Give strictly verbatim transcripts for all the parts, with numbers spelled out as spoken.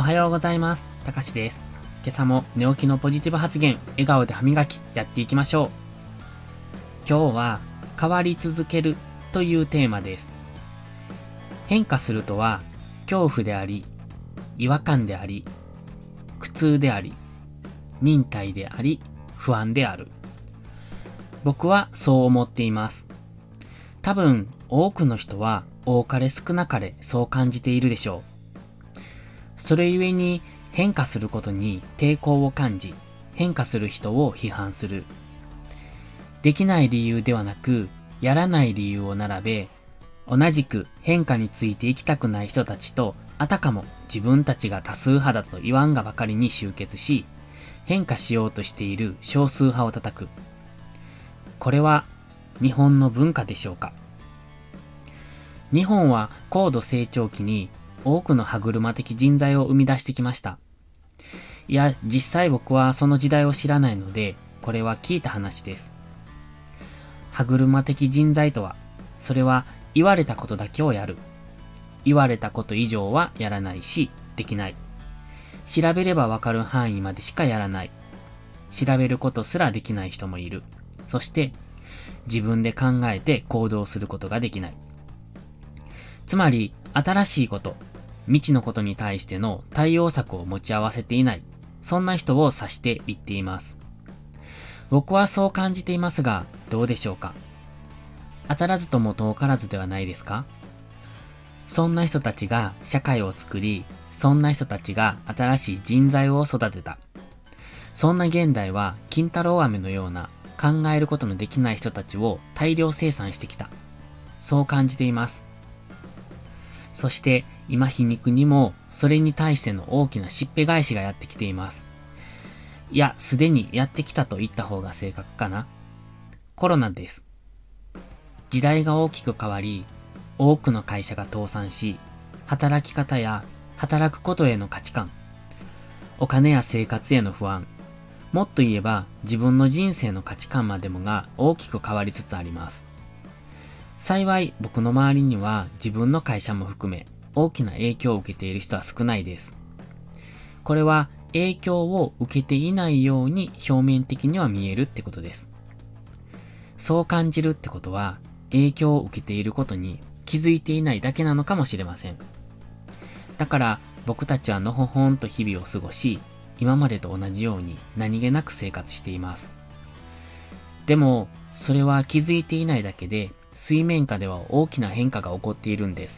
はようございます。たかしです。今朝も寝起きのポジティブ発言、笑顔で歯磨き、やっていきましょう。今日は、変わり続けるというテーマです。変化するとは、恐怖であり、違和感であり、苦痛であり、忍耐であり、不安である。僕はそう思っています。多分、多くの人は多かれ少なかれそう感じているでしょう。それゆえに変化することに抵抗を感じ、変化する人を批判する。できない理由ではなく、やらない理由を並べ、同じく変化についていきたくない人たちと、あたかも自分たちが多数派だと言わんがばかりに集結し、変化しようとしている少数派を叩く。これは日本の文化でしょうか。日本は高度成長期に多くの歯車的人材を生み出してきました。いや、実際僕はその時代を知らないので、これは聞いた話です。歯車的人材とは、それは言われたことだけをやる。言われたこと以上はやらないし、できない。調べればわかる範囲までしかやらない。調べることすらできない人もいる。そして、自分で考えて行動することができない。つまり、新しいこと、未知のことに対しての対応策を持ち合わせていない。そんな人を指して言っています。僕はそう感じていますが、どうでしょうか。当たらずとも遠からずではないですか。そんな人たちが社会を作り、そんな人たちが新しい人材を育てた。そんな現代は金太郎飴のような考えることのできない人たちを大量生産してきた。そう感じています。そして今皮肉にもそれに対しての大きなしっぺ返しがやってきています。いや、すでにやってきたと言った方が正確かな。コロナです。時代が大きく変わり、多くの会社が倒産し、働き方や働くことへの価値観、お金や生活への不安、もっと言えば自分の人生の価値観までもが大きく変わりつつあります。幸い僕の周りには自分の会社も含め大きな影響を受けている人は少ないです。これは影響を受けていないように表面的には見えるってことです。そう感じるってことは影響を受けていることに気づいていないだけなのかもしれません。だから僕たちはのほほんと日々を過ごし、今までと同じように何気なく生活しています。でもそれは気づいていないだけで、水面下では大きな変化が起こっているんです。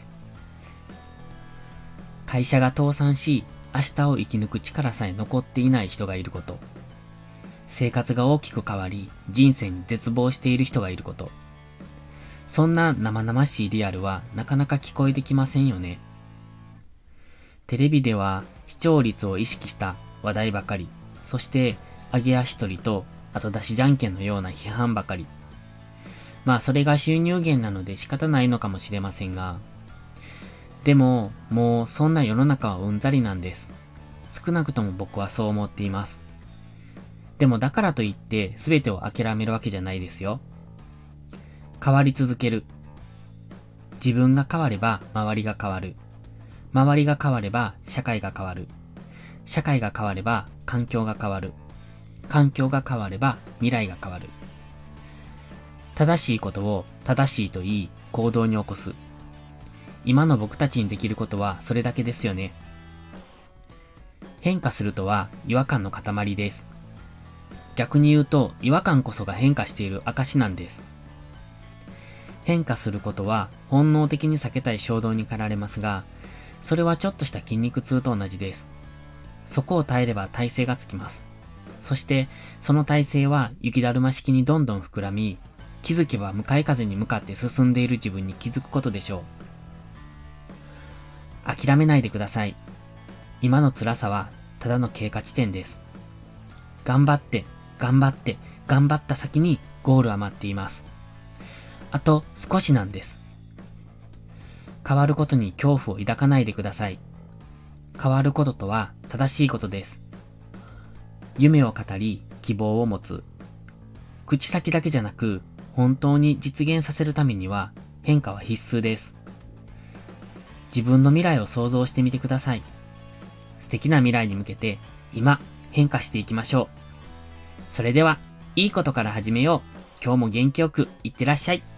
会社が倒産し、明日を生き抜く力さえ残っていない人がいること。生活が大きく変わり、人生に絶望している人がいること。そんな生々しいリアルはなかなか聞こえてきませんよね。テレビでは視聴率を意識した話題ばかり、そして上げ足取りと後出しじゃんけんのような批判ばかり。まあそれが収入源なので仕方ないのかもしれませんが、でももうそんな世の中はうんざりなんです。少なくとも僕はそう思っています。でもだからといって全てを諦めるわけじゃないですよ。変わり続ける。自分が変われば周りが変わる。周りが変われば社会が変わる。社会が変われば環境が変わる。環境が変われば未来が変わる。正しいことを正しいと言い行動に起こす。今の僕たちにできることはそれだけですよね。変化するとは違和感の塊です。逆に言うと違和感こそが変化している証なんです。変化することは本能的に避けたい衝動に駆られますが、それはちょっとした筋肉痛と同じです。そこを耐えれば耐性がつきます。そしてその耐性は雪だるま式にどんどん膨らみ、気づけば向かい風に向かって進んでいる自分に気づくことでしょう。諦めないでください。今の辛さはただの経過地点です。頑張って、頑張って、頑張った先にゴールは待っています。あと少しなんです。変わることに恐怖を抱かないでください。変わることとは正しいことです。夢を語り、希望を持つ。口先だけじゃなく、本当に実現させるためには変化は必須です。自分の未来を想像してみてください。 素敵な未来に向けて今変化していきましょう。それでは、いいことから始めよう。今日も元気よくいってらっしゃい。